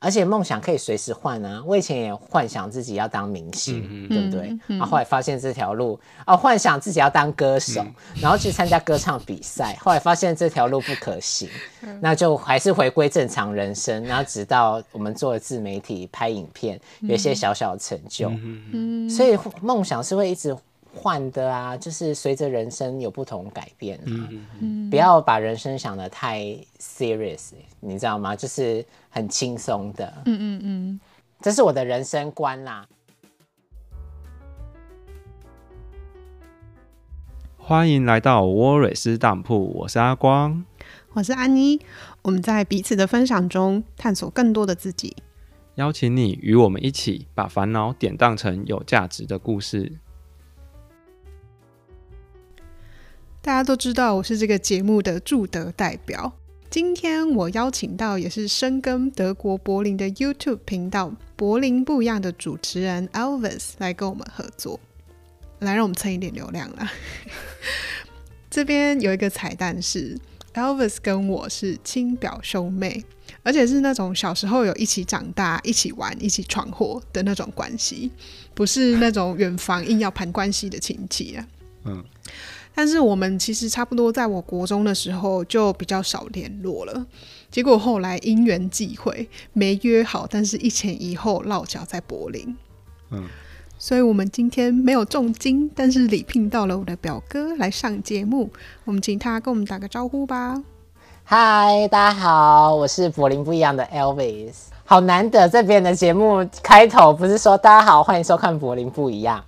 而且梦想可以随时换啊。我以前也幻想自己要当明星，对不对？后来发现这条路，幻想自己要当歌手，然后去参加歌唱比赛，后来发现这条路不可行，那就还是回归正常人生。然后直到我们做了自媒体，拍影片，有一些小小的成就，所以梦想是会一直换的啊，就是随着人生有不同改变啊，不要把人生想得太 serious， 你知道吗？就是很轻松的，这是我的人生观啦。 欢迎来到沃瑞斯当铺，我是阿光， 我是安妮。我们在彼此的分享中探索更多的自己， 邀请你与我们一起把烦恼典当成有价值的故事。 大家都知道我是这个节目的驻德代表，今天我邀请到也是深耕德国柏林的 YouTube 频道柏林不一样的主持人 Elvis 来跟我们合作，来让我们蹭一点流量啦。这边有一个彩蛋是 Elvis 跟我是亲表兄妹，而且是那种小时候有一起长大一起玩一起闯祸的那种关系，不是那种远房硬要攀关系的亲戚啊。但是我们其实差不多在我国中的时候就比较少联络了，结果后来因缘际会没约好，但是一前一后落脚在柏林。所以我们今天没有重金，但是礼聘到了我的表哥来上节目，我们请他跟我们打个招呼吧。 嗨，大家好，我是柏林不一样的 Elvis。好难得这边的节目开头不是说大家好，欢迎收看柏林不一样。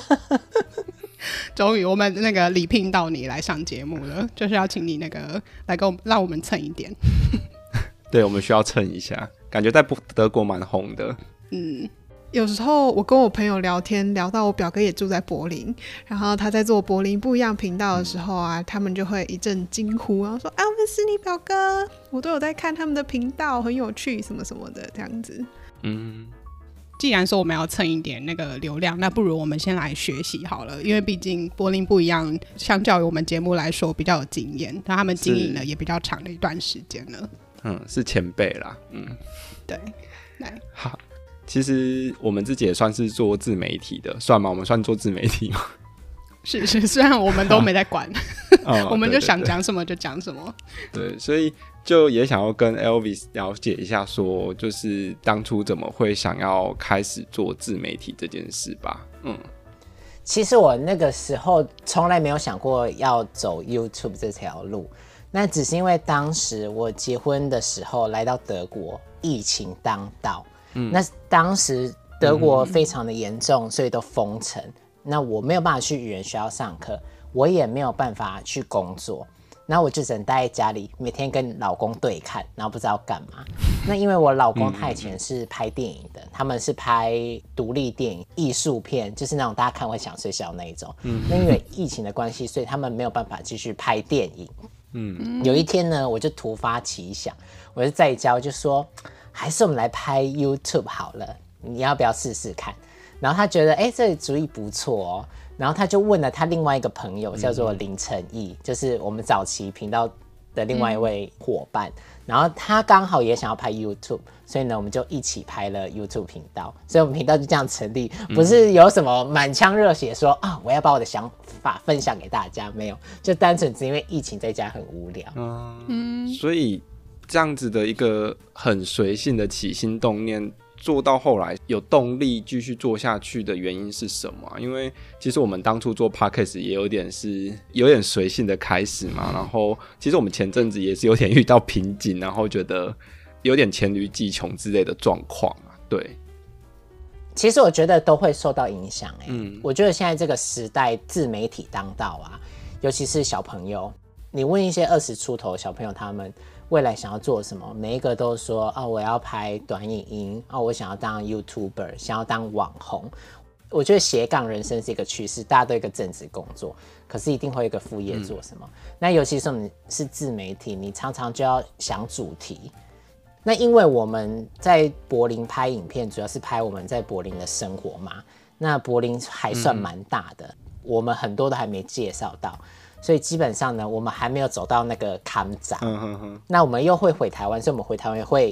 终于我们那个礼聘到你来上节目了，就是要请你那个来跟让我们蹭一点。 对，我们需要蹭一下，感觉在德国蛮红的。 有时候我跟我朋友聊天，聊到我表哥也住在柏林，然后他在做柏林不一样频道的时候啊，他们就会一阵惊呼，然后说：“啊，我是你表哥，我都有在看他们的频道，很有趣，什么什么的这样子。”既然说我们要蹭一点那个流量，那不如我们先来学习好了，因为毕竟柏林不一样，相较于我们节目来说比较有经验，那他们经营了也比较长的一段时间了。 是前辈啦。 对，来， 好，其实我们自己也算是做自媒体的，算吗？我们算做自媒体吗？ 是，虽然我们都没在管，我们就想讲什么就讲什么。 对，所以就也想要跟 Elvis 了解一下说就是当初怎么会想要开始做自媒体这件事吧。 其实我那个时候从来没有想过要走 YouTube 这条路，那只是因为当时我结婚的时候来到德国，疫情当道，那当时德国非常的严重，所以都封城，那我没有办法去语言学校上课，我也没有办法去工作，然后我就只能待在家里，每天跟老公对看，然后不知道干嘛。那因为我老公他以前是拍电影的，他们是拍独立电影、艺术片，就是那种大家看会想睡觉那一种。那因为疫情的关系，所以他们没有办法继续拍电影。有一天呢，我就突发奇想，我就在家我就说，还是我们来拍 YouTube 好了，你要不要试试看？然后他觉得这个主意不错哦，然后他就问了他另外一个朋友叫做林承义，就是我们早期频道的另外一位伙伴，然后他刚好也想要拍 YouTube， 所以呢我们就一起拍了 YouTube 频道，所以我们频道就这样成立，不是有什么满腔热血说我要把我的想法分享给大家，没有，就单纯只因为疫情在家很无聊。 所以这样子的一个很随性的起心动念做到后来有动力继续做下去的原因是什么？因为其实我们当初做 Podcast 也有点随性的开始嘛，然后其实我们前阵子也是有点遇到瓶颈，然后觉得有点黔驴技穷之类的状况啊。对， 其实我觉得都会受到影响。我觉得现在这个时代自媒体当道啊，尤其是小朋友，你问一些20出头的小朋友，他们未来想要做什么，每一个都说我要拍短影音，我想要当 YouTuber， 想要当网红。我觉得斜杠人生是一个趋势，大家都有一个正职工作，可是一定会有一个副业做什么。那尤其是我们是自媒体，你常常就要想主题。那因为我们在柏林拍影片，主要是拍我们在柏林的生活嘛。那柏林还算蛮大的，我们很多都还没介绍到。所以基本上呢，我们还没有走到那个坎站。那我们又会回台湾，所以我们回台湾也会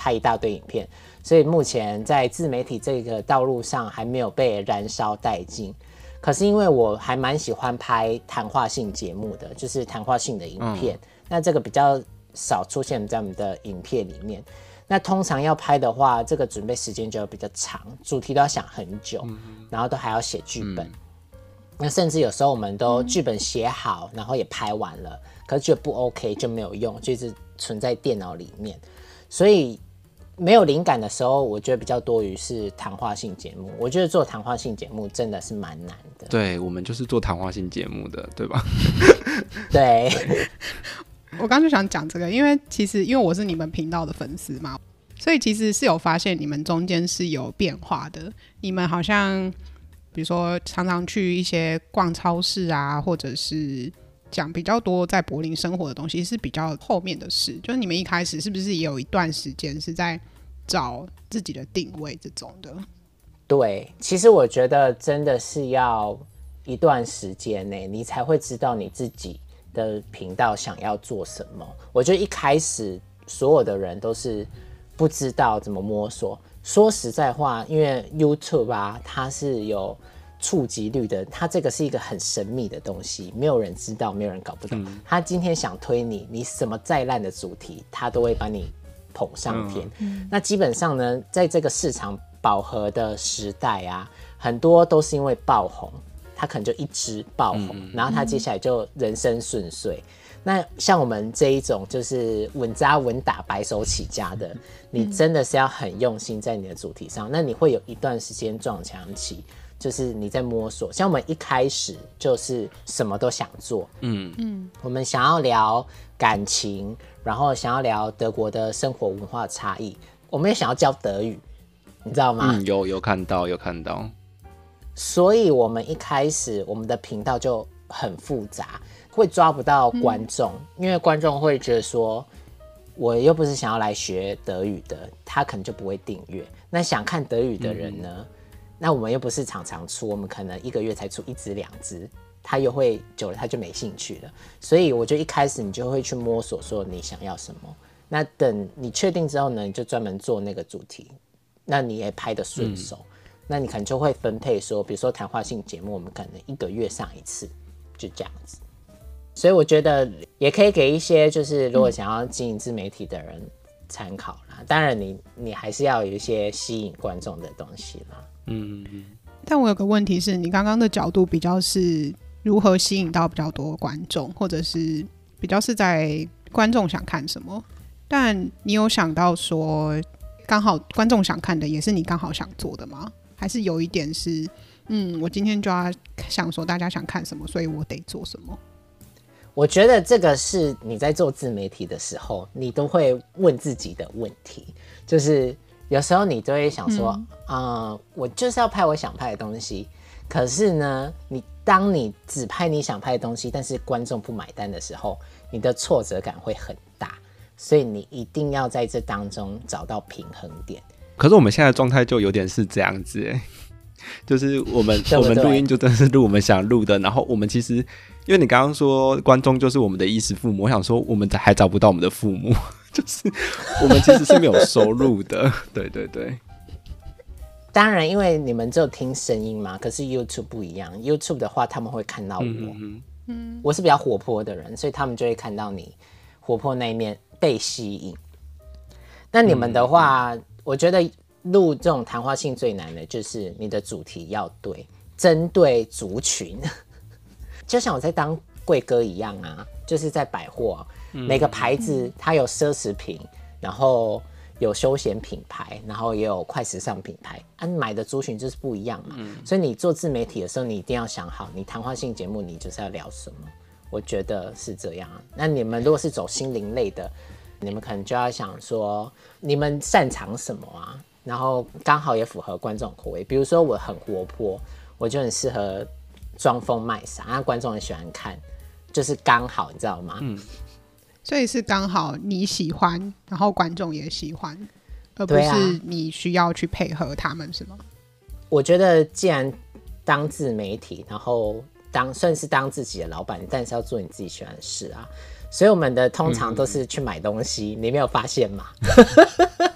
拍一大堆影片，所以目前在自媒体这个道路上还没有被燃烧殆尽。可是因为我还蛮喜欢拍谈话性节目的，就是谈话性的影片，那这个比较少出现在我们的影片里面。那通常要拍的话，这个准备时间就比较长，主题都要想很久，然后都还要写剧本。那甚至有时候我们都剧本写好，然后也拍完了，可是觉得不 OK 就没有用，就一直存在电脑里面。所以没有灵感的时候，我觉得比较多于是谈话性节目。我觉得做谈话性节目真的是蛮难的。 对，我们就是做谈话性节目的，对吧？ 对。 我刚就想讲这个，因为我是你们频道的粉丝嘛，所以其实是有发现你们中间是有变化的。你们好像比如说常常去一些逛超市啊，或者是讲比较多在柏林生活的东西，是比较后面的事。就是你们一开始是不是也有一段时间是在找自己的定位这种的？ 对，其实我觉得真的是要一段时间内，你才会知道你自己的频道想要做什么。我觉得一开始所有的人都是不知道怎么摸索。说实在话，因为 YouTube 啊，它是有触及率的，它这个是一个很神秘的东西，没有人知道，没有人搞不懂。他今天想推你什么再烂的主题，他都会把你捧上天。那基本上呢，在这个市场饱和的时代啊，很多都是因为爆红，他可能就一支爆红，然后他接下来就人生顺遂。那像我们这一种就是稳扎稳打白手起家的，你真的是要很用心在你的主题上，那你会有一段时间撞墙期，就是你在摸索。像我们一开始就是什么都想做，我们想要聊感情，然后想要聊德国的生活文化差异，我们也想要教德语，你知道吗？ 有看到。 所以我们一开始我们的频道就很复杂，会抓不到观众，因为观众会觉得说，我又不是想要来学德语的，他可能就不会订阅。那想看德语的人呢，那我们又不是常常出，我们可能1个月才出1支2支，他又会久了他就没兴趣了。所以我觉得一开始你就会去摸索说你想要什么，那等你确定之后呢，你就专门做那个主题，那你也拍得顺手。那你可能就会分配说，比如说谈话性节目，我们可能1个月上1次，就这样子。所以我觉得也可以给一些就是如果想要经营自媒体的人参考啦。当然你还是要有一些吸引观众的东西啦。 但我有个问题是，你刚刚的角度比较是如何吸引到比较多观众，或者是比较是在观众想看什么。但你有想到说，刚好观众想看的也是你刚好想做的吗？还是有一点是，我今天就要想说大家想看什么，所以我得做什么？ 我觉得这个是你在做自媒体的时候，你都会问自己的问题，就是有时候你都会想说，我就是要拍我想拍的东西，可是呢，当你只拍你想拍的东西，但是观众不买单的时候，你的挫折感会很大，所以你一定要在这当中找到平衡点。 可是我们现在的状态就有点是这样子，就是我们录音就真的是录我们想录的，然后我们其实因为你刚刚说观众就是我们的衣食父母，我想说我们还找不到我们的父母，就是我们其实是没有收入的。对对对， 当然因为你们只有听声音嘛，可是 YouTube 不一样， YouTube 的话他们会看到我，我是比较活泼的人，所以他们就会看到你活泼那一面被吸引。那你们的话，我觉得录这种谈话性最难的就是你的主题要对，针对族群。就像我在当柜哥一样啊，就是在百货，每个牌子它有奢侈品，然后有休闲品牌，然后也有快时尚品牌，买的族群就是不一样嘛。所以你做自媒体的时候，你一定要想好，你谈话性节目你就是要聊什么。我觉得是这样。那你们如果是走心灵类的，你们可能就要想说，你们擅长什么啊？然后刚好也符合观众口味。比如说我很活泼，我就很适合装疯卖傻，那观众很喜欢看，就是刚好，你知道吗？ 所以是刚好你喜欢，然后观众也喜欢，而不是你需要去配合他们，是吗？ 我觉得既然当自媒体，然后算是当自己的老板，但是要做你自己喜欢的事啊。所以我们的通常都是去买东西，你没有发现吗？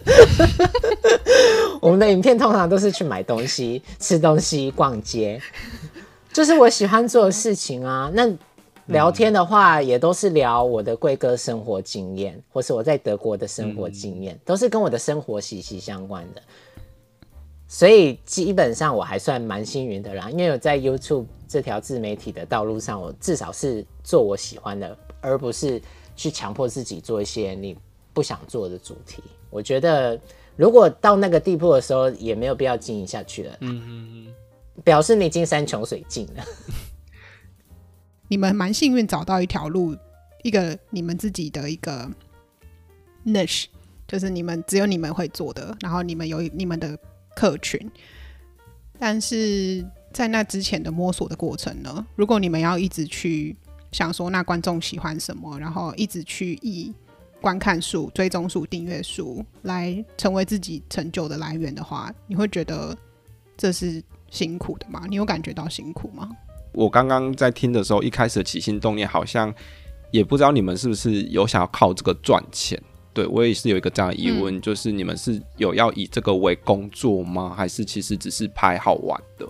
我们的影片通常都是去买东西、吃东西、逛街，就是我喜欢做的事情啊。那聊天的话，也都是聊我的贵哥生活经验，或是我在德国的生活经验，都是跟我的生活息息相关的。所以基本上我还算蛮幸运的啦，因为我在 YouTube 这条自媒体的道路上，我至少是做我喜欢的，而不是去强迫自己做一些你不想做的主题。我觉得如果到那个地步的时候，也没有必要经营下去了。表示你已经山穷水尽了。 你们蛮幸运找到一条路，一个你们自己的一个 niche， 就是只有你们会做的，然后你们有你们的客群。但是在那之前的摸索的过程呢，如果你们要一直去想说那观众喜欢什么，然后一直去以观看数、追踪数、订阅数来成为自己成就的来源的话，你会觉得这是辛苦的吗？你有感觉到辛苦吗？ 我刚刚在听的时候，一开始的起心动念好像也不知道你们是不是有想要靠这个赚钱。对，我也是有一个这样的疑问，就是你们是有要以这个为工作吗？还是其实只是拍好玩的？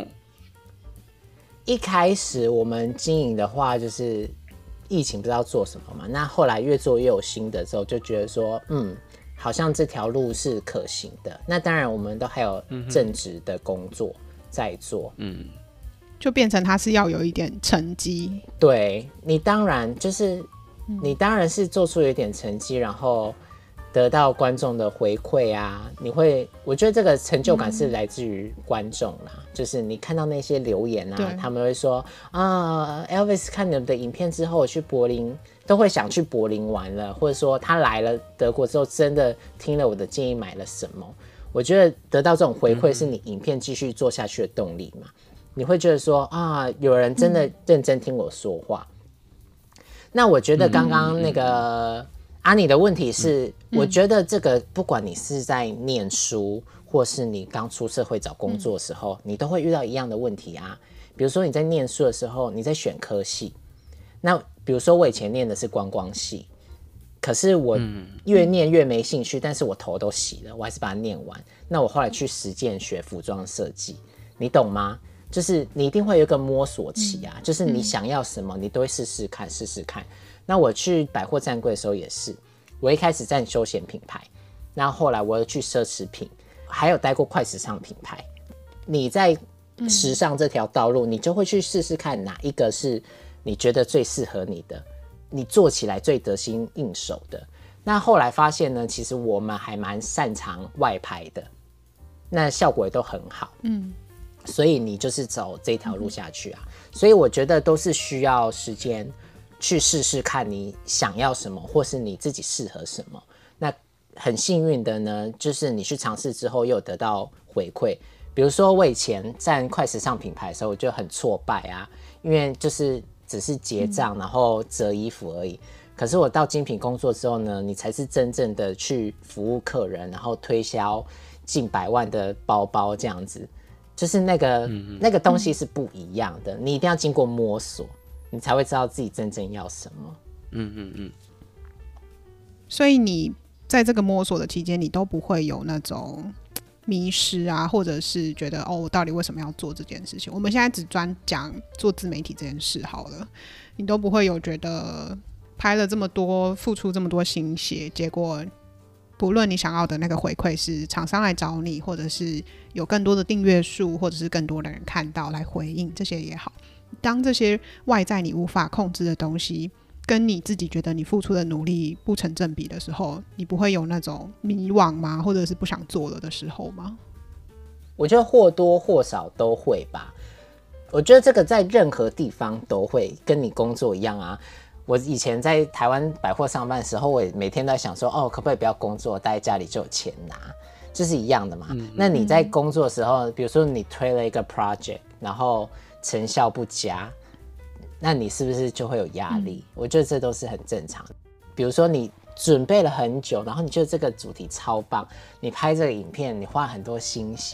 一开始我们经营的话，就是疫情不知道做什么嘛，那后来越做越有心得之后，就觉得说，好像这条路是可行的。那当然，我们都还有正职的工作在做， 就变成它是要有一点成绩。 对，你当然是做出有一点成绩，然后得到观众的回馈啊，我觉得这个成就感是来自于观众啦，就是你看到那些留言啊，他们会说啊 ，Elvis 看你们的影片之后，我去柏林都会想去柏林玩了，或者说他来了德国之后，真的听了我的建议买了什么。我觉得得到这种回馈是你影片继续做下去的动力嘛。你会觉得说啊，有人真的认真听我说话。那我觉得刚刚那个阿妮的问题是，我觉得这个不管你是在念书，或是你刚出社会找工作的时候，你都会遇到一样的问题啊。比如说你在念书的时候，你在选科系，那比如说我以前念的是观光系，可是我越念越没兴趣，但是我头都洗了，我还是把它念完。那我后来去实践学服装设计，你懂吗？就是你一定会有一个摸索期啊，就是你想要什么，你都会试试看。那我去百货站柜的时候也是，我一开始站休闲品牌，然后后来我又去奢侈品，还有待过快时尚品牌。你在时尚这条道路，你就会去试试看哪一个是你觉得最适合你的，你做起来最得心应手的。那后来发现呢，其实我们还蛮擅长外拍的，那效果也都很好。所以你就是走这条路下去啊。所以我觉得都是需要时间去试试看你想要什么，或是你自己适合什么。那很幸运的呢，就是你去尝试之后又有得到回馈。比如说我以前站快时尚品牌的时候，我就很挫败啊，因为就是只是结账然后折衣服而已。可是我到精品工作之后呢，你才是真正的去服务客人，然后推销近百万的包包这样子。就是那个东西是不一样的，你一定要经过摸索，你才会知道自己真正要什么。 所以你在这个摸索的期间，你都不会有那种迷失啊，或者是觉得我到底为什么要做这件事情？我们现在只专讲做自媒体这件事好了，你都不会有觉得拍了这么多，付出这么多心血，结果不论你想要的那个回馈是厂商来找你，或者是有更多的订阅数，或者是更多的人看到来回应，这些也好。当这些外在你无法控制的东西跟你自己觉得你付出的努力不成正比的时候，你不会有那种迷惘吗？或者是不想做了的时候吗？ 我觉得或多或少都会吧。我觉得这个在任何地方都会，跟你工作一样啊。我以前在台湾百货上班的时候，我也每天都在想说，可不可以不要工作，待在家里就有钱拿，就是一样的嘛。那你在工作的时候，比如说你推了一个 project， 然后成效不佳，那你是不是就会有压力？我觉得这都是很正常的。比如说你准备了很久，然后你觉得这个主题超棒，你拍这个影片，你花很多心血，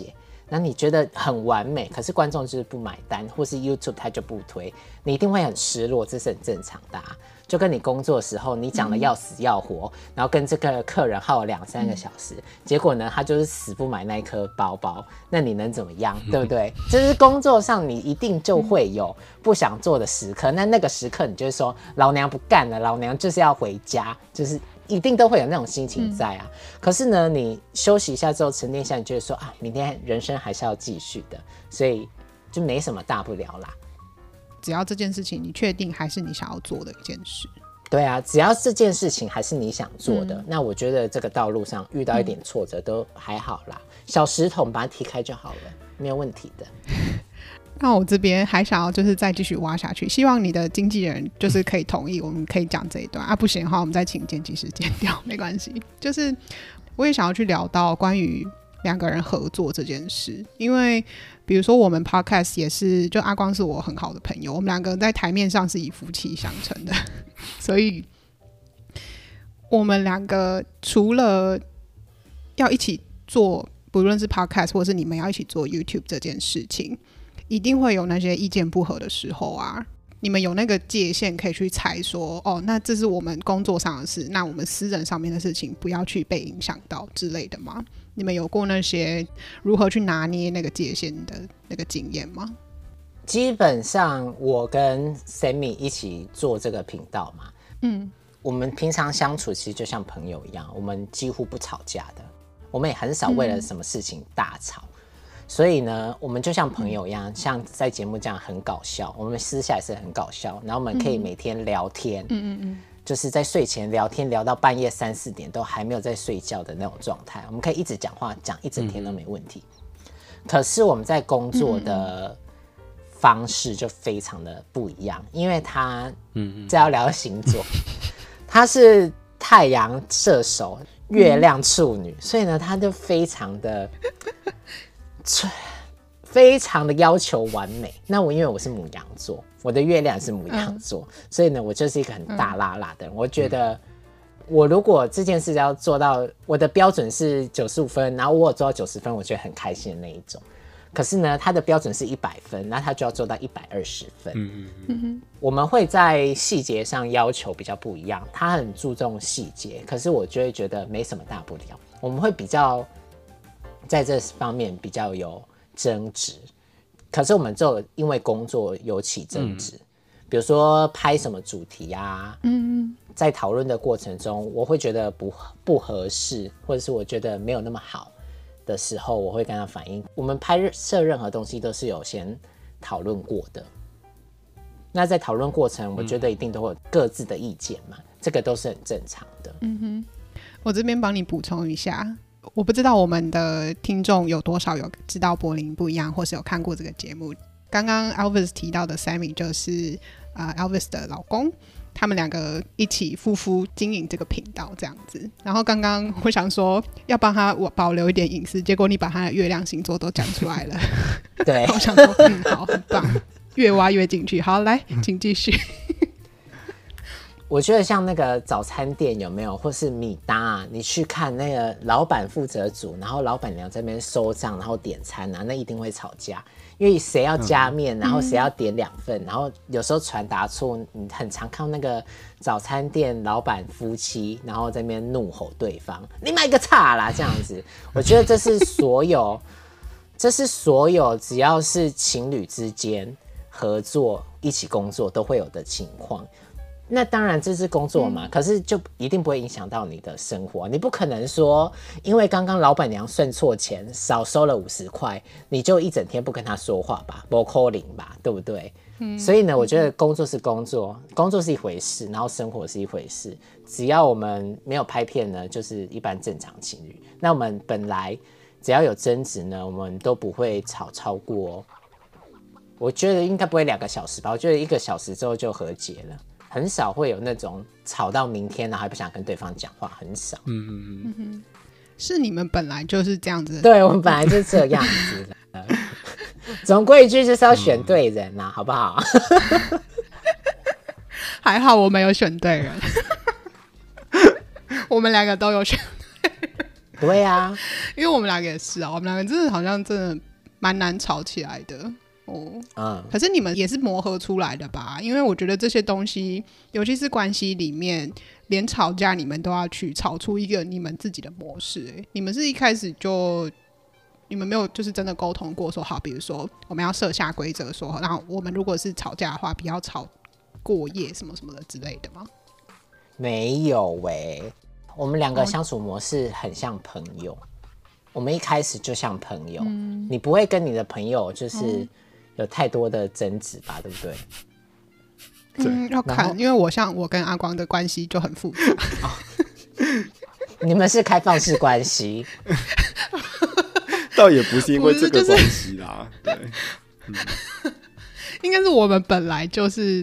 那你觉得很完美，可是观众就是不买单，或是 YouTube 它就不推，你一定会很失落，这是很正常的啊。就跟你工作的时候，你讲的要死要活，然后跟这个客人耗了2-3个小时，结果呢，他就是死不买那颗包包，那你能怎么样，对不对？就是工作上你一定就会有不想做的时刻，那个时刻你就会说老娘不干了，老娘就是要回家，就是一定都会有那种心情在啊。可是呢，你休息一下之后沉淀一下，你就会说啊，明天人生还是要继续的，所以就没什么大不了啦。 只要这件事情你确定还是你想要做的一件事， 对啊，只要这件事情还是你想做的，那我觉得这个道路上遇到一点挫折都还好啦，小石头把它踢开就好了，没有问题的。 那我这边还想要就是再继续挖下去，希望你的经纪人就是可以同意，我们可以讲这一段啊，不行的话我们再请剪辑师剪掉，没关系。就是我也想要去聊到关于2个人合作这件事，因为比如说我们 podcast 也是，就阿光是我很好的朋友，我们2个在台面上是以夫妻相称的，所以我们2个除了要一起做，不论是 podcast 或是你们要一起做 YouTube 这件事情，一定会有那些意见不合的时候啊。你们有那个界限可以去猜说，哦，那这是我们工作上的事，那我们私人上面的事情不要去被影响到之类的吗？你们有过那些如何去拿捏那个界限的那个经验吗？ 基本上我跟 Sammy 一起做这个频道嘛，我们平常相处其实就像朋友一样，我们几乎不吵架的，我们也很少为了什么事情大吵。所以呢，我们就像朋友一样，像在节目这样很搞笑，我们私下也是很搞笑，然后我们可以每天聊天，就是在睡前聊天聊到半夜3-4点都还没有在睡觉的那种状态，我们可以一直讲话讲一整天都没问题。可是我们在工作的方式就非常的不一样，因为他这要聊星座，他是太阳射手，月亮处女，所以呢，他就非常的要求完美。那因为我是牡羊座，我的月亮是牡羊座，所以呢，我就是一个很大剌剌的人。我觉得我如果这件事要做到，我的标准是95分，然后我有做到90分，我觉得很开心的那一种。可是呢，他的标准是100分，那他就要做到120分。我们会在细节上要求比较不一样，他很注重细节，可是我就会觉得没什么大不了。我们会比较在这方面比较有争执，可是我们就因为工作有起争执，比如说拍什么主题啊，在讨论的过程中，我会觉得不合适，或者是我觉得没有那么好的时候，我会跟他反映。我们拍摄任何东西都是有先讨论过的，那在讨论过程，我觉得一定都会有各自的意见嘛，这个都是很正常的。 我这边帮你补充一下，我不知道我们的听众有多少有知道柏林不一样，或是有看过这个节目。刚刚 Elvis 提到的 Sammy 就是Elvis 的老公，他们2个一起夫妇经营这个频道这样子。然后刚刚我想说要帮他保留一点隐私，结果你把他的月亮星座都讲出来了。 对， 我想说好，很棒，越挖越进去。好，来，请继续。 我觉得像那个早餐店有没有，或是米搭啊，你去看那个老板负责煮，然后老板娘在那边收账，然后点餐啊，那一定会吵架，因为谁要加面，然后谁要点2份，然后有时候传达错，你很常看到那个早餐店老板夫妻，然后在那边怒吼对方，你买个叉啦这样子。我觉得这是所有只要是情侣之间合作一起工作都会有的情况。那当然这是工作嘛，可是就一定不会影响到你的生活。你不可能说因为刚刚老板娘算错钱少收了50块，你就一整天不跟她说话吧，不可能吧，对不对？所以呢，我觉得工作是工作，工作是一回事，然后生活是一回事。只要我们没有拍片呢，就是一般正常情侣。那我们本来只要有争执呢，我们都不会吵超过，我觉得应该不会2个小时吧，我觉得1个小时之后就和解了。很少会有那种吵到明天然后还不想跟对方讲话，很少。 是你们本来就是这样子的？ 对，我们本来就是这样子的。总归一句就是要选对人啊，好不好？ 还好我没有选对人。我们2个都有选对人。 对啊， 因为我们2个也是啊，我们2个真的好像真的蛮难吵起来的哦。可是你们也是磨合出来的吧？因为我觉得这些东西，尤其是关系里面，连吵架你们都要去吵出一个你们自己的模式。你们是一开始就，你们没有就是真的沟通过说好，比如说我们要设下规则说，然后我们如果是吵架的话，不要吵过夜什么什么的之类的吗？ 没有我们两个相处模式很像朋友，我们一开始就像朋友，你不会跟你的朋友就是有太多的争执吧，对不对？ 要看，因为我跟阿光的关系就很复杂。 你们是开放式关系， 倒也不是因为这个关系啦，对， 应该是我们本来就是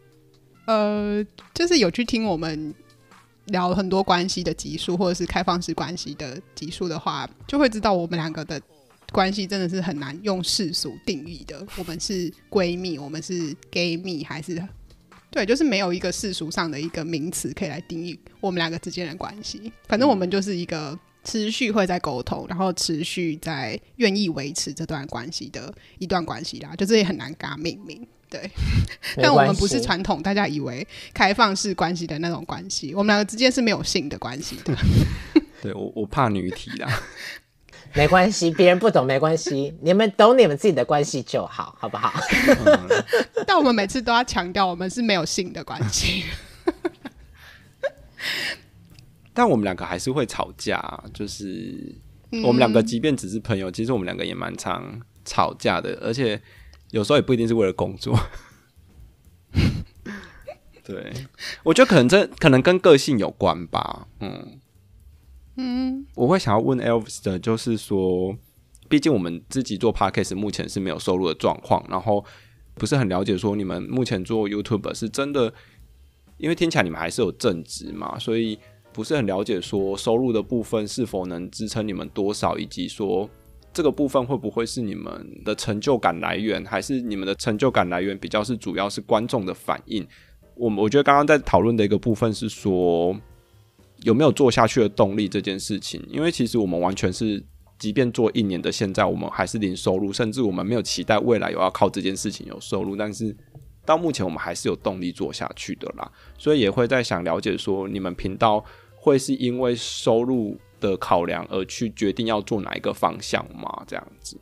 就是有去听我们聊很多关系的集数，或者是开放式关系的集数的话，就会知道我们两个的关系真的是很难用世俗定义的。我们是闺蜜，我们是 gay 蜜，还是对，就是没有一个世俗上的一个名词可以来定义我们两个之间的关系。反正我们就是一个持续会在沟通，然后持续在愿意维持这段关系的一段关系啦，就这也很难给它命名。对，但我们不是传统大家以为开放式关系的那种关系，我们两个之间是没有性的关系的。 对，我怕女体啦。 没关系，别人不懂没关系，你们懂你们自己的关系就好，好不好？ 但我们每次都要强调我们是没有性的关系。 但我们两个还是会吵架，就是我们两个即便只是朋友，其实我们两个也蛮常吵架的，而且有时候也不一定是为了工作。对，我觉得可能跟个性有关吧。我会想要问 Elvis 的就是说，毕竟我们自己做 Podcast 目前是没有收入的状况，然后不是很了解说你们目前做 YouTube 是真的，因为听起来你们还是有正职嘛，所以不是很了解说收入的部分是否能支撑你们多少，以及说这个部分会不会是你们的成就感来源，还是你们的成就感来源比较是主要是观众的反应。我觉得刚刚在讨论的一个部分是说有没有做下去的动力这件事情，因为其实我们完全是即便做1年的现在我们还是零收入，甚至我们没有期待未来有要靠这件事情有收入，但是到目前我们还是有动力做下去的啦，所以也会在想了解说你们频道会是因为收入的考量而去决定要做哪一个方向吗？这样子。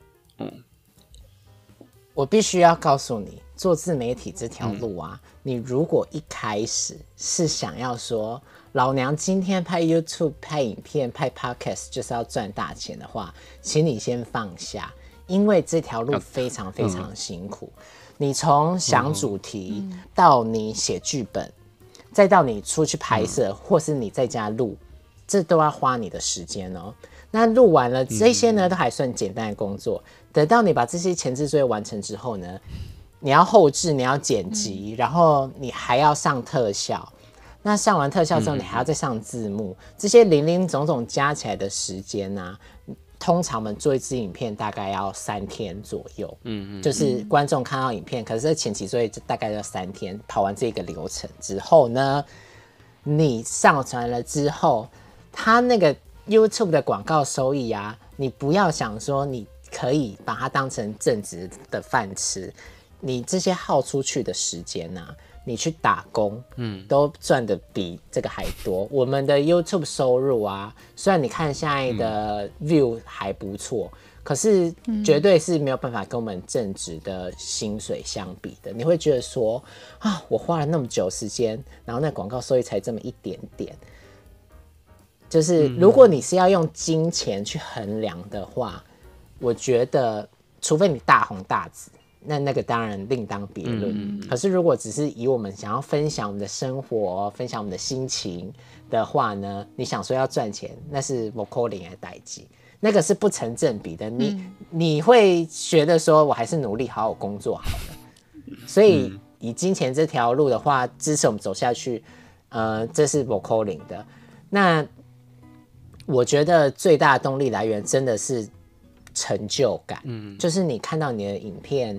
我必须要告诉你，做自媒体这条路啊，你如果一开始是想要说老娘今天拍 YouTube 拍影片拍 Podcast 就是要赚大钱的话，请你先放下，因为这条路非常非常辛苦。你从想主题到你写剧本，再到你出去拍摄，或是你在家录，这都要花你的时间哦。那录完了这些呢，都还算简单的工作。等到你把这些前置作业完成之后呢，你要后制，你要剪辑，然后你还要上特效。那上完特效之后，你还要再上字幕，这些零零总总加起来的时间啊，通常我们做一支影片大概要3天左右。就是观众看到影片，可是前期作业大概要3天，跑完这个流程之后呢，你上传了之后，它那个 YouTube 的广告收益啊，你不要想说你可以把它当成正职的饭吃，你这些耗出去的时间啊，你去打工，都赚的比这个还多。我们的 YouTube 收入啊，虽然你看现在的 view 还不错，可是绝对是没有办法跟我们正职的薪水相比的。你会觉得说啊，我花了那么久时间，然后那广告收益才这么一点点。就是如果你是要用金钱去衡量的话，我觉得除非你大红大紫，那个当然另当别论。可是如果只是以我们想要分享我们的生活、分享我们的心情的话呢，你想说要赚钱，那是不可能的代志，那个是不成正比的。你会觉得说我还是努力好好工作好了。所以以金钱这条路的话，支持我们走下去，这是不可能的。那我觉得最大的动力来源真的是成就感，就是你看到你的影片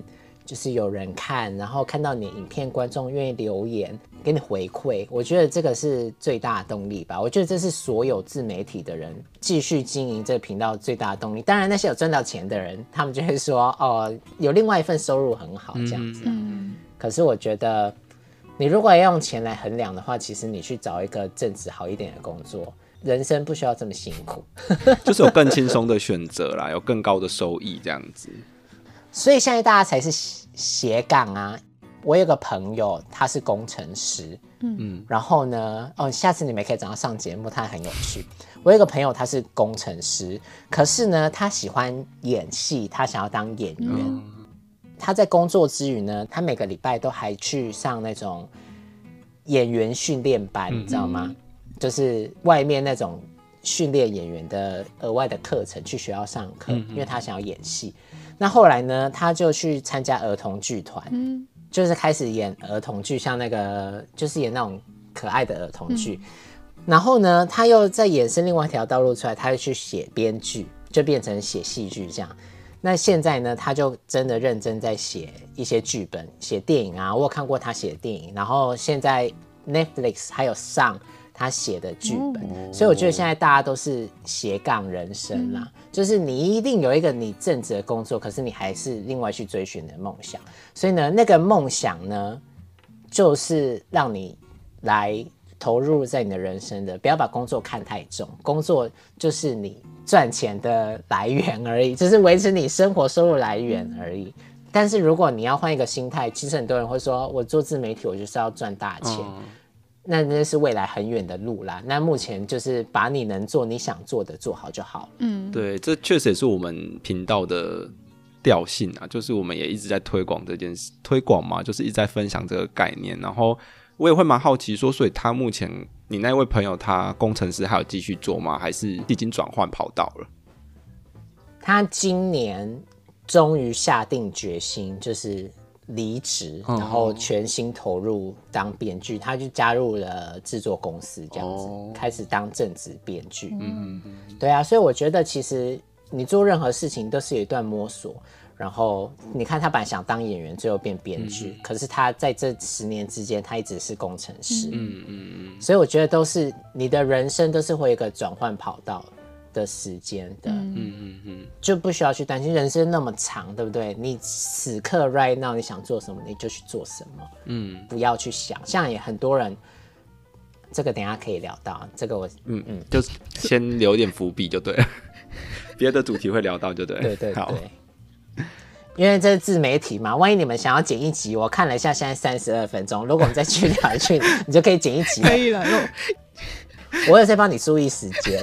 就是有人看，然后看到你的影片，观众愿意留言给你回馈，我觉得这个是最大的动力吧。我觉得这是所有自媒体的人继续经营这个频道最大的动力。当然那些有赚到钱的人，他们就会说哦，有另外一份收入很好这样子可是我觉得你如果要用钱来衡量的话，其实你去找一个正职好一点的工作，人生不需要这么辛苦就是有更轻松的选择啦，有更高的收益这样子。 所以现在大家才是斜杠啊。我有个朋友，他是工程师，然后呢，下次你们可以找他上节目，他很有趣。我有个朋友，他是工程师，可是呢，他喜欢演戏，他想要当演员。他在工作之余呢，他每个礼拜都还去上那种演员训练班，你知道吗？就是外面那种训练演员的额外的课程，去学校上课，因为他想要演戏。那后来呢，他就去参加儿童剧团，就是开始演儿童剧，像那个就是演那种可爱的儿童剧。然后呢，他又再衍生另外一条道路出来，他就去写编剧，就变成写戏剧这样。那现在呢，他就真的认真在写一些剧本，写电影啊。我有看过他写的电影，然后现在 Netflix 还有上他写的剧本，所以我觉得现在大家都是斜杠人生啦，就是你一定有一个你正职的工作，可是你还是另外去追寻你的梦想。所以呢，那个梦想呢，就是让你来投入在你的人生的，不要把工作看太重，工作就是你赚钱的来源而已，就是维持你生活收入来源而已。但是如果你要换一个心态，其实很多人会说，我做自媒体，我就是要赚大钱。那是未来很远的路啦。那目前就是把你能做、你想做的做好就好。 对，这确实也是我们频道的调性啊，就是我们也一直在推广这件事，推广嘛，就是一直在分享这个概念。然后我也会蛮好奇说，所以他目前你那位朋友他工程师还有继续做吗？还是已经转换跑道了？ 他今年终于下定决心，就是离职，然后全心投入当编剧。他就加入了制作公司，这样子开始当正职编剧。对啊，所以我觉得其实你做任何事情都是有一段摸索。然后你看，他本来想当演员，最后变编剧，可是他在这10年之间，他一直是工程师。所以我觉得都是你的人生都是会有一个转换跑道的时间的。就不需要去担心人生那么长，对不对？你此刻 right now 你想做什么，你就去做什么。不要去想，像也很多人，这个等一下可以聊到，这个我就先留点伏笔就对了，别的主题会聊到就对了。 对对对。因为这是自媒体嘛，万一你们想要剪一集，我看了一下，现在32分钟，如果我们再去聊一句，你就可以剪一集了。 可以了， 我有在帮你注意时间。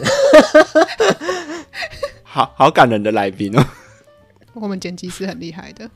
好感人的来宾哦。 我们剪辑师很厉害的。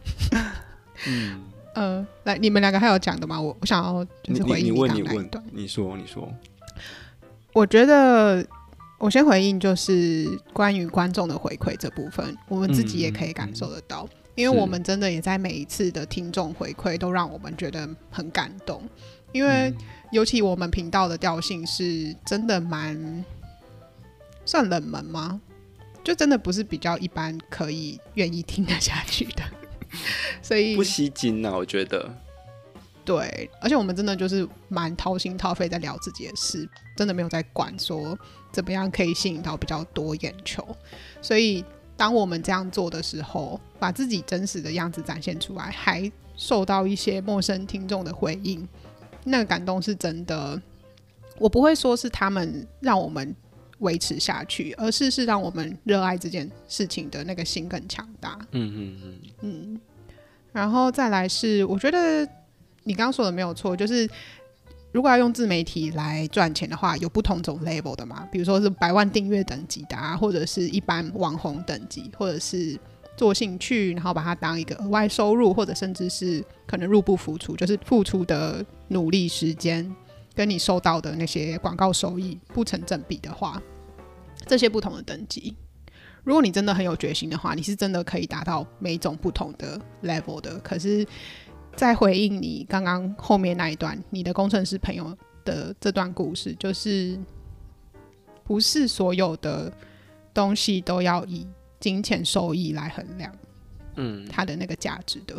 来，你们两个还有讲的吗？我想要就是回应你刚刚那一段。 你说。 我觉得我先回应，就是关于观众的回馈这部分，我们自己也可以感受得到，因为我们真的也在每一次的听众回馈都让我们觉得很感动，因为尤其我们频道的调性是真的蛮算冷门吗？就真的不是比较一般可以愿意听得下去的，所以不吸睛啊，我觉得。 对，而且我们真的就是蛮掏心掏肺在聊自己的事，真的没有在管说怎么样可以吸引到比较多眼球。所以当我们这样做的时候，把自己真实的样子展现出来，还受到一些陌生听众的回应，那个感动是真的。我不会说是他们让我们维持下去，而是让我们热爱这件事情的那个心更强大。然后再来是，我觉得你刚刚说的没有错，就是如果要用自媒体来赚钱的话，有不同种 level 的嘛，比如说是100万订阅等级的或者是一般网红等级，或者是做兴趣，然后把它当一个额外收入，或者甚至是可能入不敷出，就是付出的努力时间跟你收到的那些广告收益不成正比的话，这些不同的等级，如果你真的很有决心的话，你是真的可以达到每种不同的 level 的。可是再回应你刚刚后面那一段你的工程师朋友的这段故事，就是不是所有的东西都要以金钱收益来衡量它的那个价值的。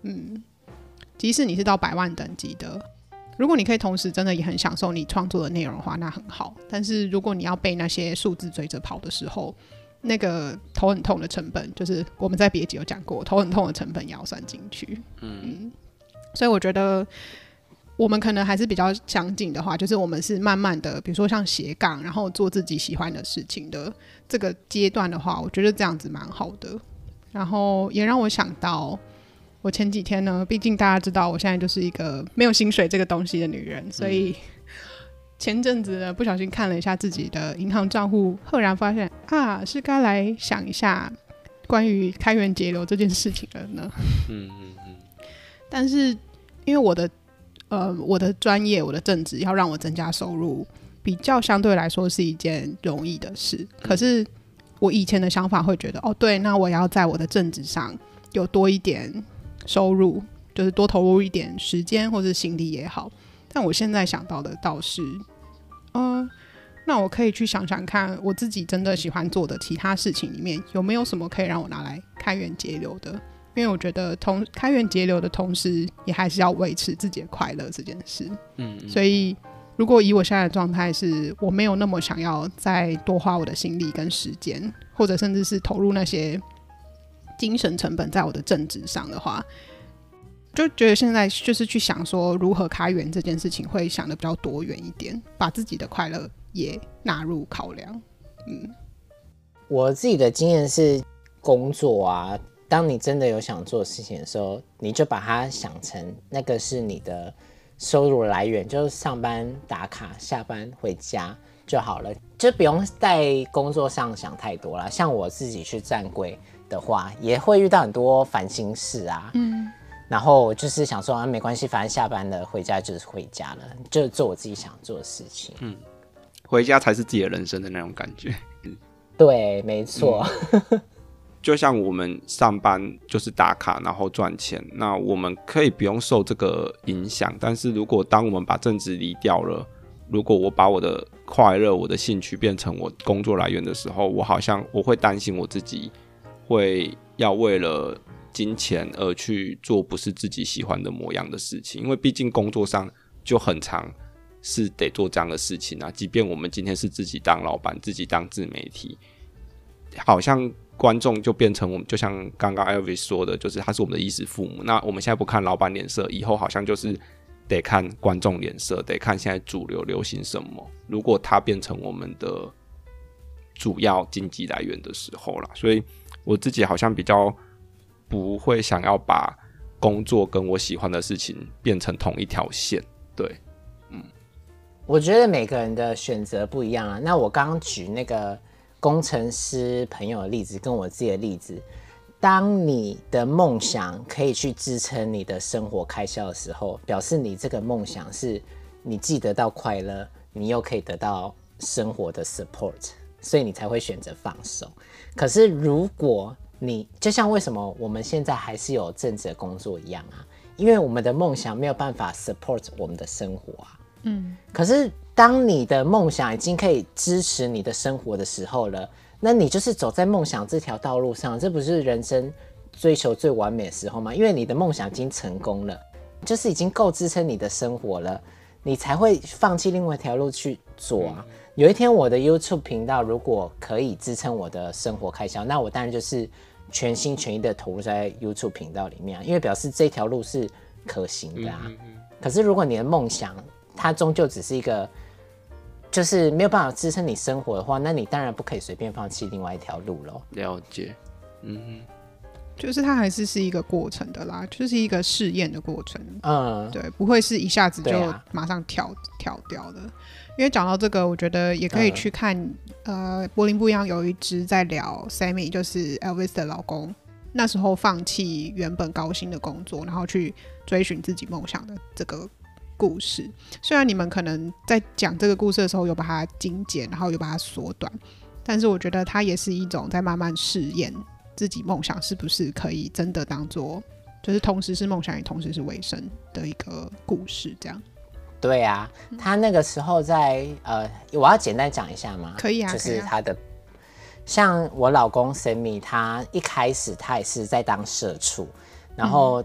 即使你是到100万等级的，如果你可以同时真的也很享受你创作的内容的话，那很好。但是如果你要被那些数字追着跑的时候，那个头很痛的成本，就是我们在别集有讲过，头很痛的成本也要算进去。所以我觉得我们可能还是比较相近的话，就是我们是慢慢的，比如说像斜杠，然后做自己喜欢的事情的这个阶段的话，我觉得这样子蛮好的。然后也让我想到，我前几天呢，毕竟大家知道我现在就是一个没有薪水这个东西的女人，所以前阵子呢不小心看了一下自己的银行账户，赫然发现啊，是该来想一下关于开源节流这件事情了呢。但是因为我的专业，我的正职要让我增加收入，比较相对来说是一件容易的事。可是我以前的想法会觉得，对，那我要在我的正职上有多一点收入，就是多投入一点时间或是心力也好。但我现在想到的倒是，那我可以去想想看，我自己真的喜欢做的其他事情里面，有没有什么可以让我拿来开源节流的？因为我觉得开源节流的同时，也还是要维持自己的快乐这件事。所以如果以我现在的状态是，我没有那么想要再多花我的心力跟时间，或者甚至是投入那些精神成本在我的正职上的话，就觉得现在就是去想说如何开源这件事情，会想的比较多元一点，把自己的快乐也纳入考量。 我自己的经验是，工作啊，当你真的有想做的事情的时候，你就把它想成那个是你的收入来源，就是上班打卡，下班回家就好了，就不用在工作上想太多啦。像我自己去站柜的话，也会遇到很多烦心事啊。然后我就是想说，没关系，反正下班了，回家就是回家了，就做我自己想做的事情。 回家才是自己的人生的那种感觉。 对，没错。 就像我们上班就是打卡，然后赚钱，那我们可以不用受这个影响。但是如果当我们把正职离掉了，如果我把我的快乐、我的兴趣变成我工作来源的时候，我会担心我自己会要为了金钱而去做不是自己喜欢的模样的事情，因为毕竟工作上就很常是得做这样的事情啊。即便我们今天是自己当老板、自己当自媒体，好像观众就变成我们，就像刚刚 Elvis 说的，就是他是我们的衣食父母。那我们现在不看老板脸色，以后好像就是得看观众脸色，得看现在主流流行什么。如果它变成我们的主要经济来源的时候啦，所以我自己好像比较不会想要把工作跟我喜欢的事情变成同一条线。对， 我觉得每个人的选择不一样啊。那我刚刚举那个工程师朋友的例子，跟我自己的例子，当你的梦想可以去支撑你的生活开销的时候，表示你这个梦想是你既得到快乐，你又可以得到生活的 support， 所以你才会选择放手。可是如果你就像为什么我们现在还是有正职的工作一样啊，因为我们的梦想没有办法 support 我们的生活啊。可是当你的梦想已经可以支持你的生活的时候了，那你就是走在梦想这条道路上，这不是人生追求最完美的时候吗？因为你的梦想已经成功了，就是已经够支撑你的生活了，你才会放弃另外一条路去做啊。有一天我的 YouTube 频道如果可以支撑我的生活开销，那我当然就是全心全意的投入在 YouTube 频道里面啊，因为表示这条路是可行的啊。可是如果你的梦想它终究只是一个就是没有办法支撑你生活的话，那你当然不可以随便放弃另外一条路咯。 了解。 就是它还是一个过程的啦，就是一个试验的过程。对，不会是一下子就马上跳掉的。因为讲到这个，我觉得也可以去看柏林不一样有一支在聊 Sammy， 就是 Elvis 的老公，那时候放弃原本高薪的工作，然后去追寻自己梦想的这个故事。虽然你们可能在讲这个故事的时候有把它精简，然后有把它缩短，但是我觉得它也是一种在慢慢试验自己梦想是不是可以真的当做就是同时是梦想也同时是为生的一个故事这样。 对啊，他那个时候在我要简单讲一下吗？ 可以啊， 就是他的像我老公 Sammy， 他一开始他也是在当社畜，然后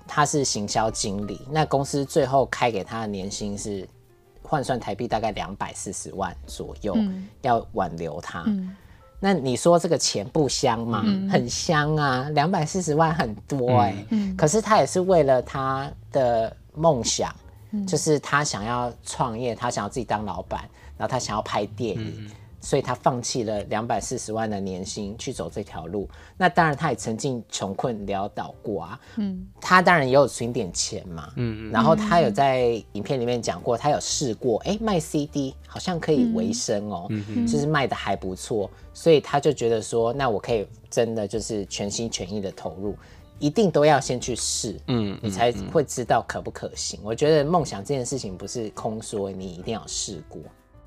他是行销经理，那公司最后开给他的年薪是换算台币大概240万左右，要挽留他。那你说这个钱不香吗？很香啊，240万很多可是他也是为了他的梦想，就是他想要创业，他想要自己当老板，然后他想要拍电影。所以他放弃了240万的年薪去走这条路。那当然他也曾经穷困潦倒过啊，他当然也有存点钱嘛，然后他有在影片里面讲过，他有试过卖 CD 好像可以维生哦，就是卖的还不错，所以他就觉得说，那我可以真的就是全心全意的投入，一定都要先去试，你才会知道可不可行。我觉得梦想这件事情不是空说，你一定要试过。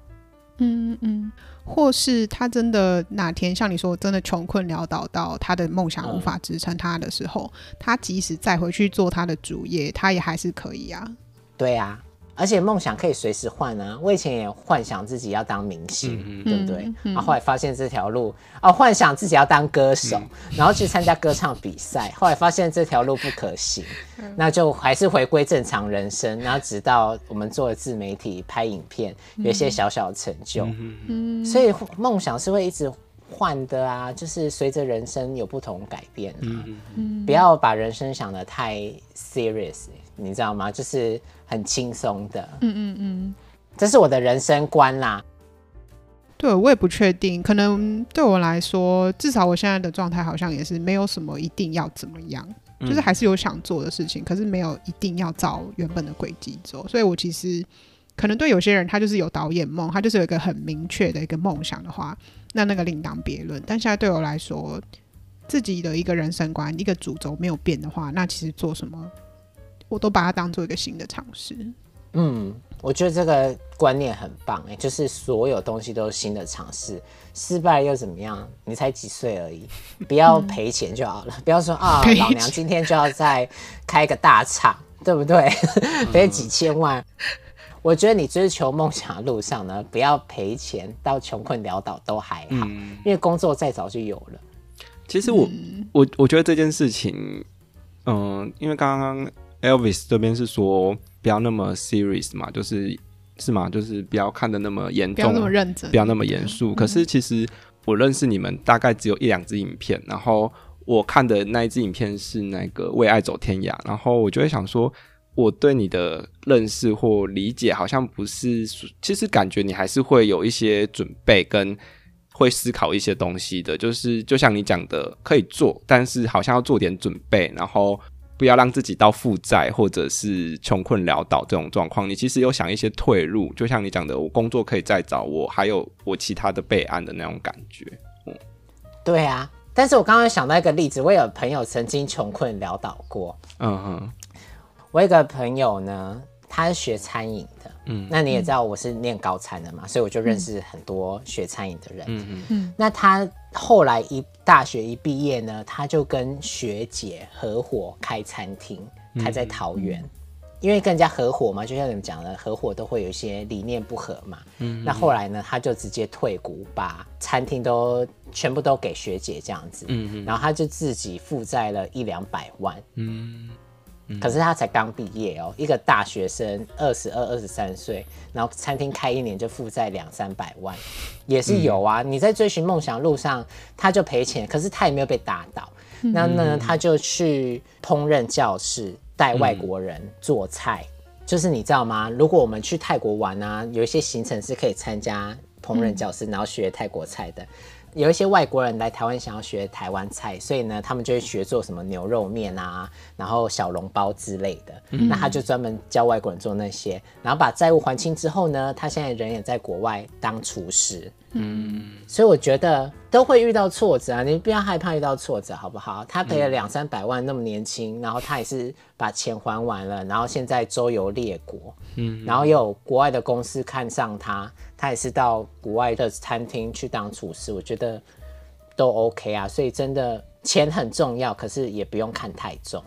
或是他真的哪天像你说真的穷困潦倒到他的梦想无法支撑他的时候，他即使再回去做他的主业，他也还是可以啊。 对啊，而且梦想可以随时换啊。我以前也幻想自己要当明星，对不对？后来发现这条路幻想自己要当歌手，然后去参加歌唱比赛，后来发现这条路不可行，那就还是回归正常人生。然后直到我们做了自媒体、拍影片，有一些小小的成就。所以梦想是会一直换的啊，就是随着人生有不同改变不要把人生想得太 serious， 你知道吗？就是很轻松的。这是我的人生观啦。 对，我也不确定，可能对我来说，至少我现在的状态好像也是没有什么一定要怎么样，就是还是有想做的事情，可是没有一定要照原本的轨迹走。所以我其实可能对有些人他就是有导演梦，他就是有一个很明确的一个梦想的话，那个另当别论。但现在对我来说，自己的一个人生观、一个主轴没有变的话，那其实做什么我都把它当做一个新的尝试。 我觉得这个观念很棒就是所有东西都是新的尝试，失败又怎么样？你才几岁而已，不要赔钱就好了。不要说老娘今天就要再开个大厂，对不对？赔几千万。我觉得你追求梦想的路上呢，不要赔钱，到穷困潦倒都还好，因为工作再早就有了。 其实我觉得这件事情，因为刚刚 Elvis 这边是说不要那么 serious 嘛，就是嘛，就是不要看得那么严重， 不要那么认真， 不要那么严肃。可是其实我认识你们大概只有1-2支影片，然后我看的那一支影片是那个为爱走天涯，然后我就会想说，我对你的认识或理解好像不是，其实感觉你还是会有一些准备跟会思考一些东西的，就是就像你讲的可以做，但是好像要做点准备，然后不要让自己到负债或者是穷困潦倒这种状况。你其实有想一些退路，就像你讲的，我工作可以再找，我还有我其他的备案的那种感觉。 对啊，但是我刚刚想到一个例子，我有朋友曾经穷困潦倒过。我有一个朋友呢，他是学餐饮的，那你也知道我是念高餐的嘛，所以我就认识很多学餐饮的人。那他后来大学一毕业呢，他就跟学姐合伙开餐厅，开在桃园。因为跟人家合伙嘛，就像你们讲的，合伙都会有一些理念不合嘛。那后来呢，他就直接退股，把餐厅都全部都给学姐这样子。然后他就自己负债了100-200万。可是他才刚毕业哦，一个大学生，22、23岁，然后餐厅开1年就负债200-300万，也是有啊。你在追寻梦想路上，他就赔钱，可是他也没有被打倒。那呢，他就去烹饪教室带外国人做菜。就是你知道吗？如果我们去泰国玩啊，有一些行程是可以参加烹饪教室，然后学泰国菜的。有一些外国人来台湾想要学台湾菜，所以呢，他们就会学做什么牛肉面啊，然后小笼包之类的。那他就专门教外国人做那些，然后把债务还清之后呢，他现在人也在国外当厨师。所以我觉得都会遇到挫折啊，你不要害怕遇到挫折，好不好？他赔了200-300万，那么年轻，然后他也是把钱还完了，然后现在周游列国，然后又有国外的公司看上他，他也是到国外的餐厅去当厨师，我觉得都 OK 啊。所以真的钱很重要，可是也不用看太重。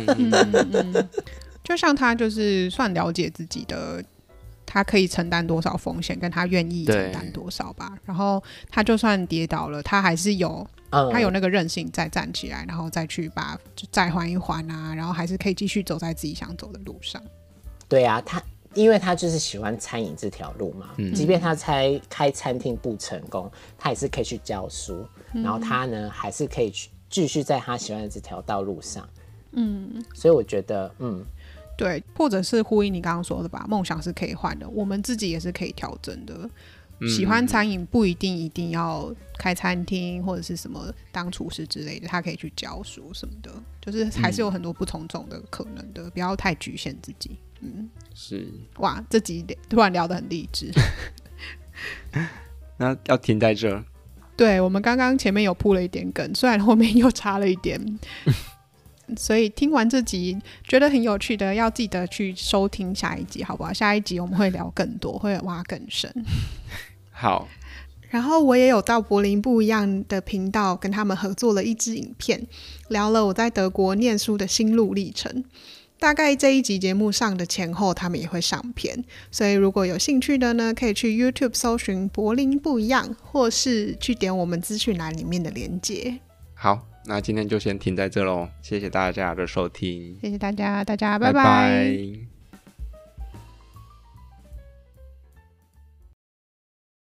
就像他就是算了解自己的。他可以承担多少风险，跟他愿意承担多少吧。然后他就算跌倒了，他还是有他有那个韧性再站起来，然后再去把再缓一缓啊，然后还是可以继续走在自己想走的路上。 对啊，因为他就是喜欢餐饮这条路嘛，即便他开餐厅不成功，他也是可以去教书，然后他呢还是可以继续在他喜欢的这条道路上。所以我觉得对，或者是呼应你刚刚说的吧，梦想是可以换的，我们自己也是可以调整的。喜欢餐饮不一定要开餐厅或者是什么当厨师之类的，他可以去教书什么的，就是还是有很多不同种的可能的，不要太局限自己。 是。 哇，这集突然聊得很励志。 那要停在这。 对，我们刚刚前面有铺了一点梗，虽然后面又插了一点。所以听完这集觉得很有趣的，要记得去收听下一集好不好？下一集我们会聊更多，会挖更深。 好， 然后我也有到柏林不一样的频道跟他们合作了一支影片，聊了我在德国念书的心路历程。大概这一集节目上的前后他们也会上片，所以如果有兴趣的呢，可以去 YouTube 搜寻柏林不一样，或是去点我们资讯栏里面的连结。 好，那今天就先停在这咯，谢谢大家的收听， 谢谢大家，大家拜拜拜。